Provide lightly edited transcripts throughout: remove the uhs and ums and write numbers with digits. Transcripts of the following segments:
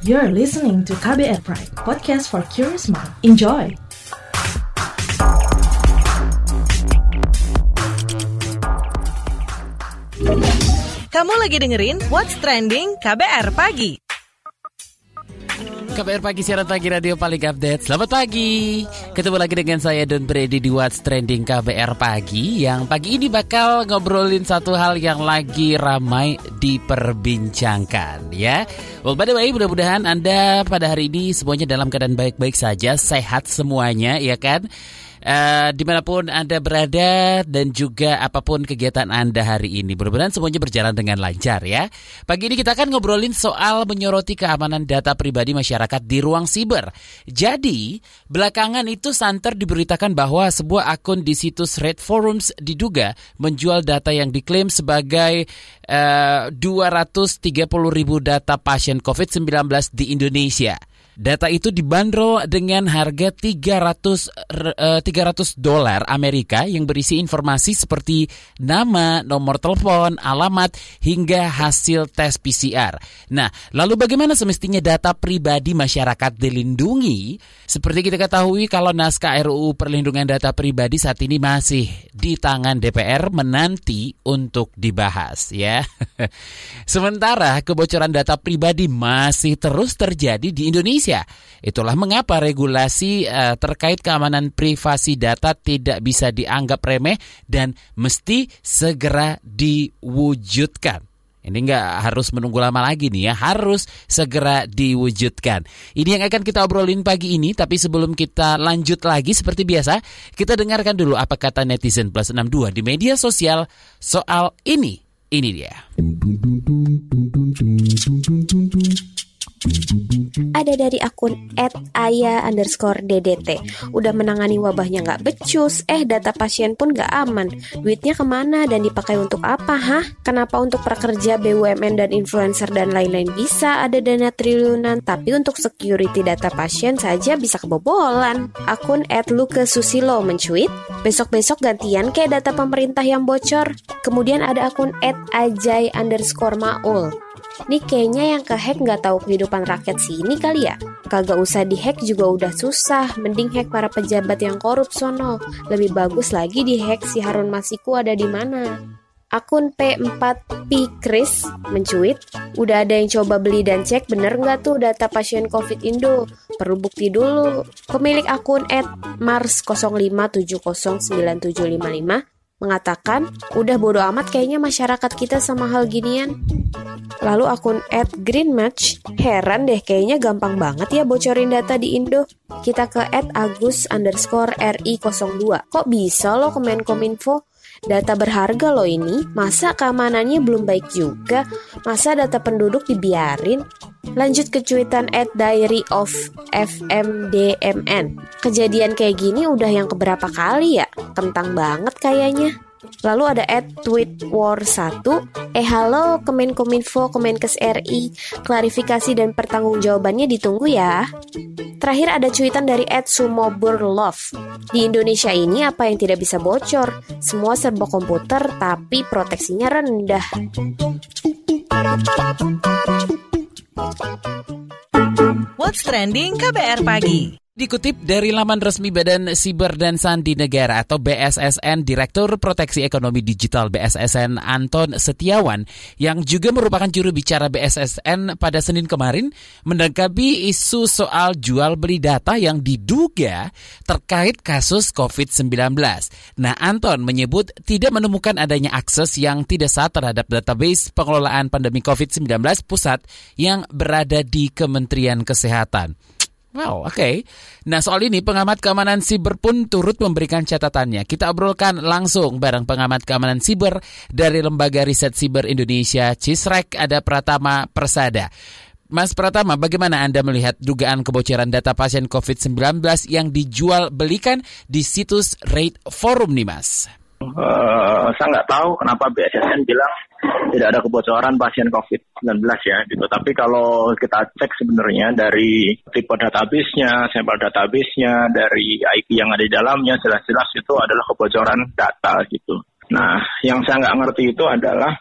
You're listening to KBR Pride, podcast for curious mind. Enjoy! Kamu lagi dengerin What's Trending KBR Pagi. KBR Pagi, siaran pagi radio paling update. Selamat pagi. Ketemu lagi dengan saya Don Brady di What's Trending KBR Pagi. Yang pagi ini bakal ngobrolin satu hal yang lagi ramai diperbincangkan ya. Well, by the way, mudah-mudahan Anda pada hari ini semuanya dalam keadaan baik-baik saja, sehat semuanya ya kan. Dimanapun Anda berada dan juga apapun kegiatan Anda hari ini, mudah-mudahan semuanya berjalan dengan lancar ya. Pagi ini kita akan ngobrolin soal menyoroti keamanan data pribadi masyarakat di ruang siber. Jadi, belakangan itu santer diberitakan bahwa sebuah akun di situs Reddit Forums diduga menjual data yang diklaim sebagai 230.000 data pasien COVID-19 di Indonesia. Data itu dibanderol dengan harga $300 Amerika yang berisi informasi seperti nama, nomor telepon, alamat, hingga hasil tes PCR. Nah, lalu bagaimana semestinya data pribadi masyarakat dilindungi? Seperti kita ketahui kalau naskah RUU Perlindungan Data Pribadi saat ini masih di tangan DPR menanti untuk dibahas ya. Sementara kebocoran data pribadi masih terus terjadi di Indonesia. Itulah mengapa regulasi terkait keamanan privasi data tidak bisa dianggap remeh dan mesti segera diwujudkan. Ini nggak harus menunggu lama lagi nih ya, harus segera diwujudkan. Ini yang akan kita obrolin pagi ini, tapi sebelum kita lanjut lagi seperti biasa, kita dengarkan dulu apa kata netizen plus 62 di media sosial soal ini. Ini dia. Ada dari akun @aya_DDT. Udah menangani wabahnya nggak becus, data pasien pun nggak aman. Duitnya kemana dan dipakai untuk apa, hah? Kenapa untuk prakerja, BUMN dan influencer dan lain-lain bisa ada dana triliunan, tapi untuk security data pasien saja bisa kebobolan? Akun @lukesusilo mencuit, besok-besok gantian kayak data pemerintah yang bocor. Kemudian ada akun @ajay_maul. Nih kayaknya yang kehack nggak tahu kehidupan rakyat sini kali ya. Kagak usah dihack juga udah susah, mending hack para pejabat yang korup sono. Lebih bagus lagi dihack si Harun Masiku ada di mana. Akun P4P Chris mencuit, udah ada yang coba beli dan cek bener nggak tuh data pasien COVID Indo? Perlu bukti dulu. Pemilik akun @mars05709755 mengatakan, udah bodo amat kayaknya masyarakat kita sama hal ginian. Lalu akun @greenmatch, heran deh kayaknya gampang banget ya bocorin data di Indo. Kita ke @agus_ri02. Kok bisa lo ke Menkominfo? Data berharga lo ini, masa keamanannya belum baik juga? Masa data penduduk dibiarin? Lanjut ke cuitan @diaryofmdmn. Kejadian kayak gini udah yang keberapa kali ya? Kentang banget kayaknya. Lalu ada @tweetwar1, halo Kemenkominfo, Kemenkes RI, klarifikasi dan pertanggungjawabannya ditunggu ya. Terakhir ada cuitan dari @sumoburlove. Di Indonesia ini apa yang tidak bisa bocor? Semua serba komputer tapi proteksinya rendah. What's Trending KBR Pagi. Dikutip dari laman resmi Badan Siber dan Sandi Negara atau BSSN, Direktur Proteksi Ekonomi Digital BSSN Anton Setiawan yang juga merupakan juru bicara BSSN pada Senin kemarin menanggapi isu soal jual beli data yang diduga terkait kasus COVID-19. Nah, Anton menyebut tidak menemukan adanya akses yang tidak sah terhadap database pengelolaan pandemi COVID-19 pusat yang berada di Kementerian Kesehatan. Wow, oke. Nah, soal ini pengamat keamanan siber pun turut memberikan catatannya. Kita obrolkan langsung bareng pengamat keamanan siber dari Lembaga Riset Siber Indonesia, CISREC, ada Pratama Persada. Mas Pratama, bagaimana Anda melihat dugaan kebocoran data pasien COVID-19 yang dijual belikan di situs Reddit Forum nih, Mas? Saya nggak tahu kenapa BSSN bilang tidak ada kebocoran pasien COVID-19 ya gitu. Tapi kalau kita cek sebenarnya dari tipe database-nya, sampel database-nya, dari IP yang ada di dalamnya, jelas-jelas itu adalah kebocoran data gitu. Nah, yang saya nggak ngerti itu adalah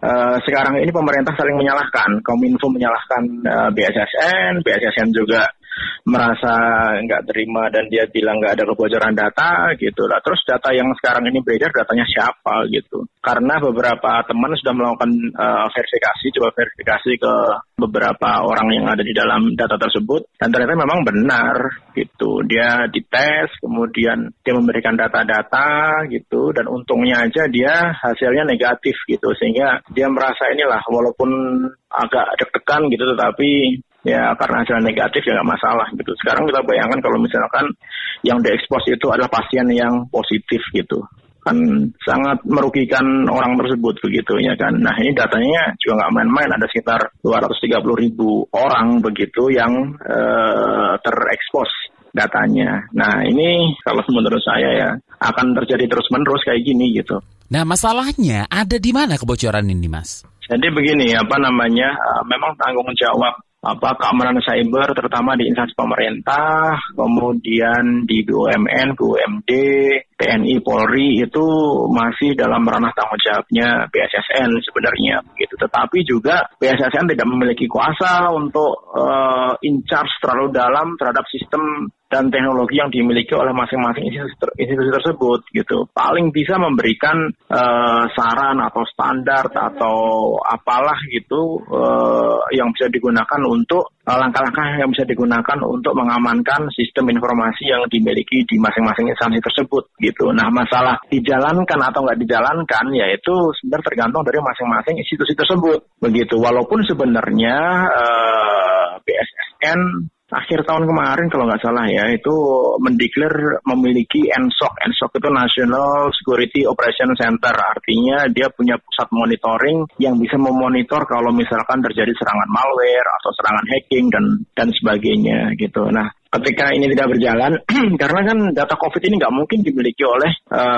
sekarang ini pemerintah saling menyalahkan. Kominfo menyalahkan BSSN juga merasa nggak terima dan dia bilang nggak ada kebocoran data gitu lah. Terus data yang sekarang ini beredar datanya siapa gitu? Karena beberapa teman sudah melakukan coba verifikasi ke beberapa orang yang ada di dalam data tersebut dan ternyata memang benar gitu. Dia dites, kemudian dia memberikan data-data gitu dan untungnya aja dia hasilnya negatif gitu sehingga dia merasa inilah walaupun agak deg-degan gitu tetapi ya karena hasilnya negatif ya nggak masalah gitu. Sekarang kita bayangkan kalau misalkan yang diekspos itu adalah pasien yang positif gitu, kan sangat merugikan orang tersebut begitu ya kan. Nah ini datanya juga nggak main-main, ada sekitar 230.000 orang begitu yang terekspos datanya. Nah ini kalau menurut saya ya akan terjadi terus-menerus kayak gini gitu. Nah masalahnya ada di mana kebocoran ini Mas? Jadi begini memang tanggung jawab keamanan cyber terutama di instansi pemerintah, kemudian di BUMN, BUMD, TNI, Polri itu masih dalam ranah tanggung jawabnya BSSN sebenarnya begitu. Tetapi juga BSSN tidak memiliki kuasa untuk in charge terlalu dalam terhadap sistem dan teknologi yang dimiliki oleh masing-masing institusi tersebut gitu. Paling bisa memberikan saran atau standar atau apalah gitu yang bisa digunakan untuk langkah-langkah yang bisa digunakan untuk mengamankan sistem informasi yang dimiliki di masing-masing instansi tersebut gitu. Nah masalah dijalankan atau nggak dijalankan ya itu sebenarnya tergantung dari masing-masing institusi tersebut begitu. Walaupun sebenarnya BSSN akhir tahun kemarin kalau nggak salah ya itu mendeklar memiliki NSOC. NSOC itu National Security Operation Center, artinya dia punya pusat monitoring yang bisa memonitor kalau misalkan terjadi serangan malware atau serangan hacking dan sebagainya gitu. Nah ketika ini tidak berjalan karena kan data COVID ini nggak mungkin dimiliki oleh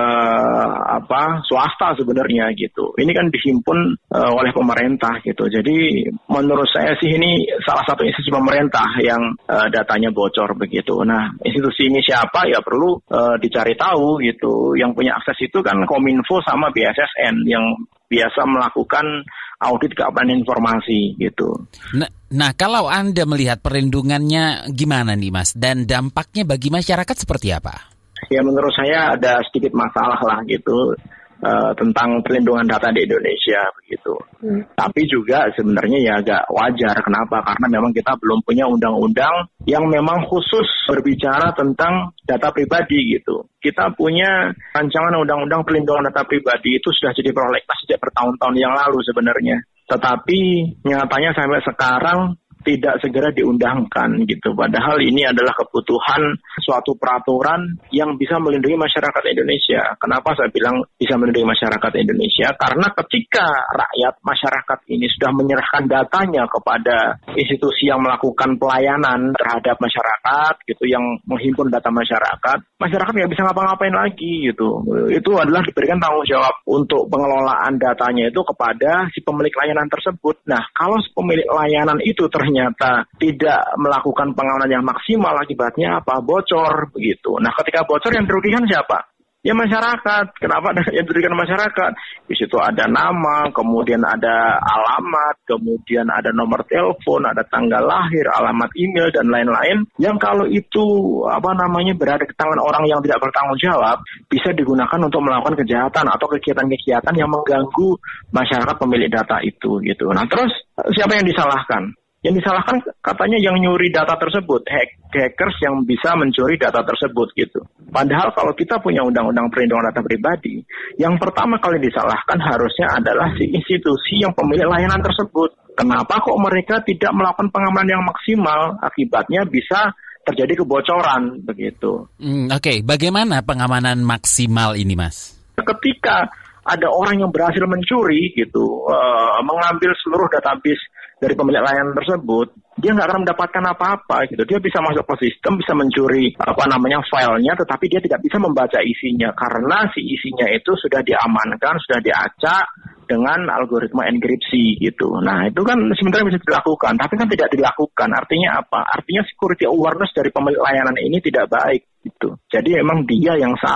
swasta sebenarnya gitu. Ini kan dihimpun oleh pemerintah gitu. Jadi menurut saya sih ini salah satu institusi pemerintah yang datanya bocor begitu. Nah institusi ini siapa ya perlu dicari tahu gitu. Yang punya akses itu kan Kominfo sama BSSN yang biasa melakukan audit keamanan informasi gitu. Nah, kalau Anda melihat perlindungannya gimana nih Mas? Dan dampaknya bagi masyarakat seperti apa? Ya menurut saya ada sedikit masalah lah gitu tentang perlindungan data di Indonesia begitu. Tapi juga sebenarnya ya agak wajar. Kenapa? Karena memang kita belum punya undang-undang yang memang khusus berbicara tentang data pribadi gitu. Kita punya rancangan undang-undang perlindungan data pribadi itu sudah jadi prolegnas sejak bertahun-tahun yang lalu sebenarnya. Tetapi nyatanya sampai sekarang tidak segera diundangkan gitu. Padahal ini adalah kebutuhan suatu peraturan yang bisa melindungi masyarakat Indonesia. Kenapa saya bilang bisa melindungi masyarakat Indonesia? Karena ketika masyarakat ini sudah menyerahkan datanya kepada institusi yang melakukan pelayanan terhadap masyarakat gitu, yang menghimpun data masyarakat nggak bisa ngapa-ngapain lagi gitu. Itu adalah diberikan tanggung jawab untuk pengelolaan datanya itu kepada si pemilik layanan tersebut. Nah, kalau si pemilik layanan itu ternyata tidak melakukan pengamanan yang maksimal, akibatnya apa? Bocor begitu. Nah, ketika bocor yang dirugikan siapa? Ya masyarakat. Kenapa yang dirugikan masyarakat? Di situ ada nama, kemudian ada alamat, kemudian ada nomor telepon, ada tanggal lahir, alamat email dan lain-lain. Yang kalau itu berada di tangan orang yang tidak bertanggung jawab, bisa digunakan untuk melakukan kejahatan atau kegiatan-kegiatan yang mengganggu masyarakat pemilik data itu gitu. Nah, terus siapa yang disalahkan? Yang disalahkan katanya yang nyuri data tersebut, hackers yang bisa mencuri data tersebut gitu. Padahal kalau kita punya undang-undang perlindungan data pribadi, yang pertama kali disalahkan harusnya adalah si institusi yang pemilik layanan tersebut. Kenapa kok mereka tidak melakukan pengamanan yang maksimal? Akibatnya bisa terjadi kebocoran begitu. Oke. Bagaimana pengamanan maksimal ini, Mas? Ketika ada orang yang berhasil mencuri gitu, mengambil seluruh database dari pemilik layanan tersebut, dia nggak akan mendapatkan apa-apa gitu. Dia bisa masuk ke sistem, bisa mencuri filenya, tetapi dia tidak bisa membaca isinya karena si isinya itu sudah diamankan, sudah diacak dengan algoritma enkripsi gitu. Nah, itu kan sebenarnya bisa dilakukan, tapi kan tidak dilakukan. Artinya apa? Artinya security awareness dari pemilik layanan ini tidak baik gitu. Jadi memang dia yang salah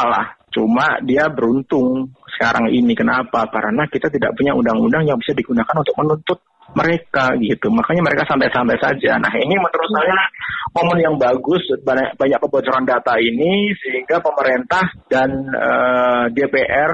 Cuma dia beruntung sekarang ini. Kenapa? Karena kita tidak punya undang-undang yang bisa digunakan untuk menuntut mereka gitu. Makanya mereka santai-santai saja. Nah, ini menurut saya momen yang bagus, banyak kebocoran data ini sehingga pemerintah dan DPR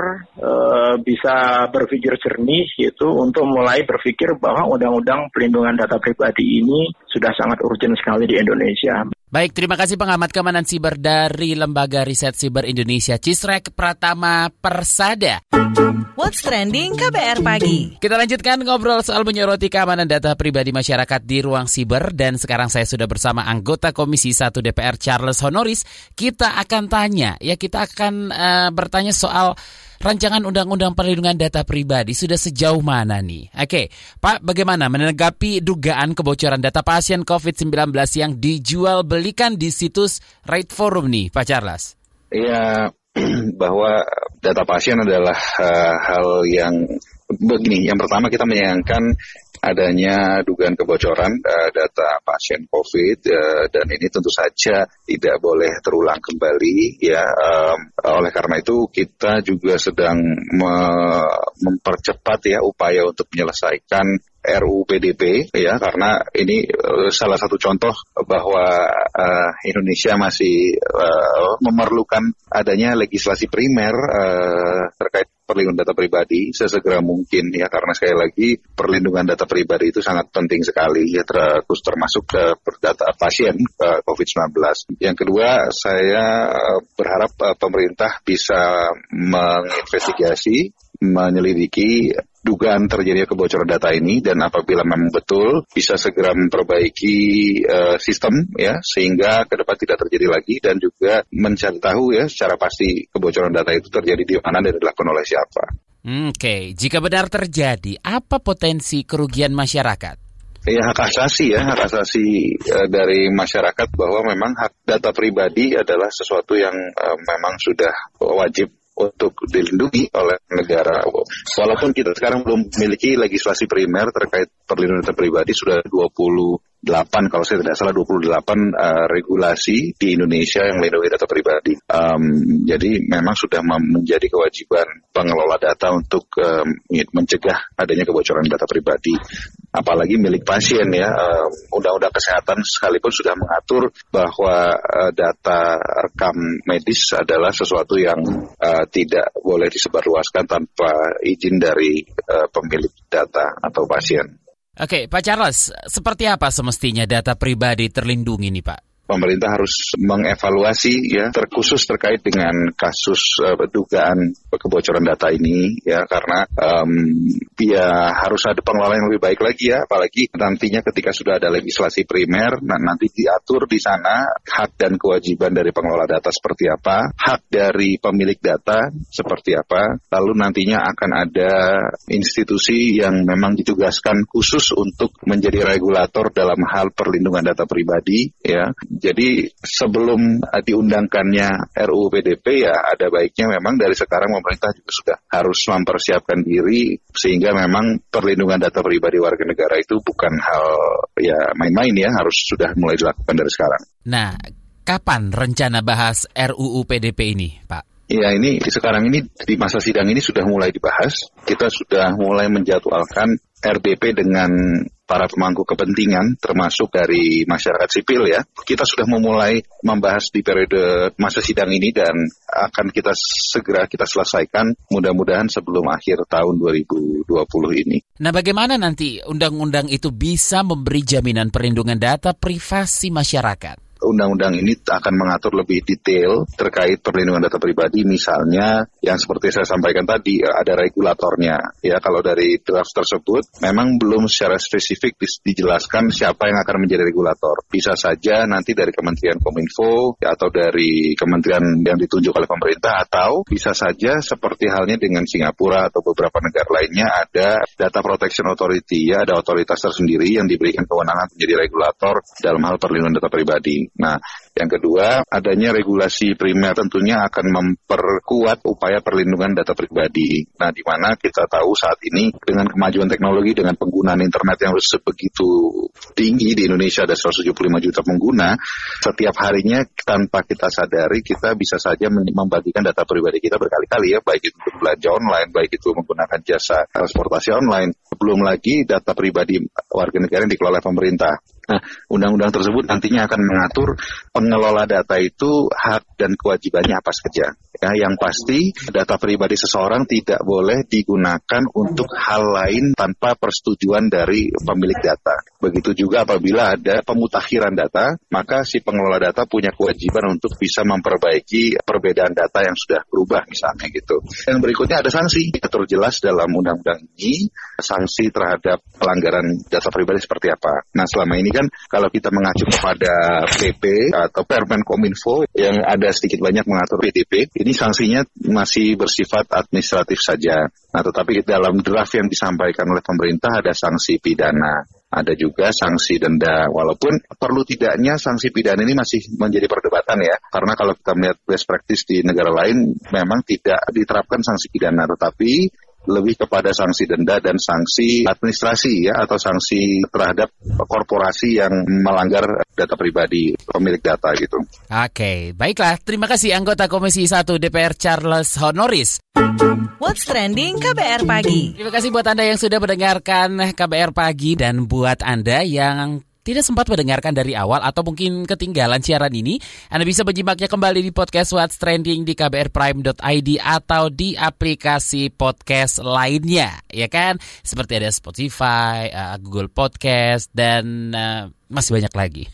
bisa berpikir jernih gitu untuk mulai berpikir bahwa undang-undang perlindungan data pribadi ini sudah sangat urgent sekali di Indonesia. Baik, terima kasih pengamat keamanan siber dari Lembaga Riset Siber Indonesia, Cisrek Pratama Persada. What's Trending KBR Pagi. Kita lanjutkan ngobrol soal menyoroti keamanan data pribadi masyarakat di ruang siber. Dan sekarang saya sudah bersama anggota Komisi 1 DPR Charles Honoris. Kita akan bertanya soal rancangan Undang-Undang Perlindungan Data Pribadi sudah sejauh mana nih? Oke, Pak, bagaimana menanggapi dugaan kebocoran data pasien COVID-19 yang dijual belikan di situs Right Forum nih, Pak Charles? Ya, bahwa data pasien adalah hal yang begini. Yang pertama, kita menyayangkan adanya dugaan kebocoran data pasien COVID dan ini tentu saja tidak boleh terulang kembali ya. Oleh karena itu kita juga sedang mempercepat ya upaya untuk menyelesaikan RUU PDP ya, karena ini salah satu contoh bahwa Indonesia masih memerlukan adanya legislasi primer terkait perlindungan data pribadi sesegera mungkin ya, karena sekali lagi perlindungan data pribadi itu sangat penting sekali ya, termasuk data pasien COVID-19. Yang kedua, saya berharap pemerintah bisa menginvestigasi, menyelidiki dugaan terjadinya kebocoran data ini, dan apabila memang betul bisa segera memperbaiki sistem ya, sehingga ke depan tidak terjadi lagi, dan juga mencari tahu ya secara pasti kebocoran data itu terjadi di mana dan dilakukan oleh siapa. Oke, jika benar terjadi, apa potensi kerugian masyarakat? Ya, hak asasi dari masyarakat bahwa memang hak data pribadi adalah sesuatu yang memang sudah wajib untuk dilindungi oleh negara. Walaupun kita sekarang belum memiliki legislasi primer terkait perlindungan data pribadi, sudah 28 kalau saya tidak salah 28 regulasi di Indonesia yang melindungi data pribadi. Jadi memang sudah menjadi kewajiban pengelola data untuk mencegah adanya kebocoran data pribadi. Apalagi milik pasien ya. Undang-undang kesehatan sekalipun sudah mengatur bahwa data rekam medis adalah sesuatu yang tidak boleh disebarluaskan tanpa izin dari pemilik data atau pasien. Oke, Pak Charles, seperti apa semestinya data pribadi terlindungi nih, Pak? Pemerintah harus mengevaluasi ya, terkhusus terkait dengan kasus dugaan kebocoran data ini ya, karena ya harus ada pengelolaan yang lebih baik lagi ya, apalagi nantinya ketika sudah ada legislasi primer, nanti diatur di sana hak dan kewajiban dari pengelola data seperti apa, hak dari pemilik data seperti apa, lalu nantinya akan ada institusi yang memang ditugaskan khusus untuk menjadi regulator dalam hal perlindungan data pribadi ya. Jadi sebelum diundangkannya RUU PDP ya ada baiknya memang dari sekarang pemerintah juga sudah harus mempersiapkan diri, sehingga memang perlindungan data pribadi warga negara itu bukan hal ya main-main ya, harus sudah mulai dilakukan dari sekarang. Nah, kapan rencana bahas RUU PDP ini, Pak? Ya, ini sekarang ini di masa sidang ini sudah mulai dibahas. Kita sudah mulai menjadwalkan RDP dengan para pemangku kepentingan, termasuk dari masyarakat sipil ya. Kita sudah memulai membahas di periode masa sidang ini dan akan segera kita selesaikan mudah-mudahan sebelum akhir tahun 2020 ini. Nah, bagaimana nanti undang-undang itu bisa memberi jaminan perlindungan data privasi masyarakat? Undang-undang ini akan mengatur lebih detail terkait perlindungan data pribadi, misalnya yang seperti saya sampaikan tadi ada regulatornya. Ya, kalau dari draft tersebut memang belum secara spesifik dijelaskan siapa yang akan menjadi regulator. Bisa saja nanti dari Kementerian Kominfo atau dari kementerian yang ditunjuk oleh pemerintah, atau bisa saja seperti halnya dengan Singapura atau beberapa negara lainnya ada Data Protection Authority, ya ada otoritas tersendiri yang diberikan kewenangan menjadi regulator dalam hal perlindungan data pribadi. Nah, yang kedua, adanya regulasi primer tentunya akan memperkuat upaya perlindungan data pribadi. Nah, di mana kita tahu saat ini dengan kemajuan teknologi, dengan penggunaan internet yang sebegitu tinggi di Indonesia, ada 175 juta pengguna, setiap harinya tanpa kita sadari kita bisa saja membagikan data pribadi kita berkali-kali ya, baik itu untuk belanja online, baik itu menggunakan jasa transportasi online, belum lagi data pribadi warga negara yang dikelola pemerintah. Nah, undang-undang tersebut nantinya akan mengatur pengelola data itu hak dan kewajibannya apa saja. Ya, yang pasti data pribadi seseorang tidak boleh digunakan untuk hal lain tanpa persetujuan dari pemilik data. Begitu juga apabila ada pemutakhiran data, maka si pengelola data punya kewajiban untuk bisa memperbaiki perbedaan data yang sudah berubah misalnya gitu. Yang berikutnya ada sanksi. Diatur jelas dalam undang-undang ini sanksi terhadap pelanggaran data pribadi seperti apa. Nah, selama ini kan kalau kita mengacu kepada PP atau Permen Kominfo yang ada sedikit banyak mengatur PDP, ini sanksinya masih bersifat administratif saja. Nah, tetapi dalam draft yang disampaikan oleh pemerintah ada sanksi pidana, ada juga sanksi denda. Walaupun perlu tidaknya sanksi pidana ini masih menjadi perdebatan ya, karena kalau kita melihat best practice di negara lain memang tidak diterapkan sanksi pidana, tetapi lebih kepada sanksi denda dan sanksi administrasi ya, atau sanksi terhadap korporasi yang melanggar data pribadi pemilik data gitu. Oke, baiklah. Terima kasih anggota Komisi 1 DPR Charles Honoris. What's Trending KBR Pagi. Terima kasih buat Anda yang sudah mendengarkan KBR Pagi, dan buat Anda yang tidak sempat mendengarkan dari awal atau mungkin ketinggalan siaran ini, Anda bisa menyimaknya kembali di podcast What's Trending di kbrprime.id atau di aplikasi podcast lainnya, ya kan? Seperti ada Spotify, Google Podcast, dan masih banyak lagi.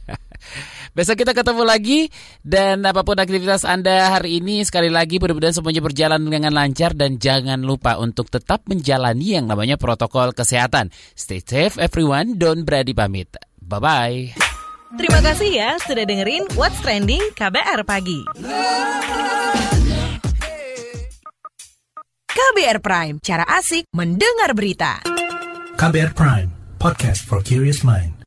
Besok kita ketemu lagi, dan apapun aktivitas Anda hari ini, sekali lagi mudah-mudahan semuanya berjalan dengan lancar, dan jangan lupa untuk tetap menjalani yang namanya protokol kesehatan. Stay safe everyone, Don Brady pamit. Bye-bye. Terima kasih ya sudah dengerin What's Trending KBR Pagi. KBR Prime, cara asik mendengar berita. KBR Prime, podcast for curious mind.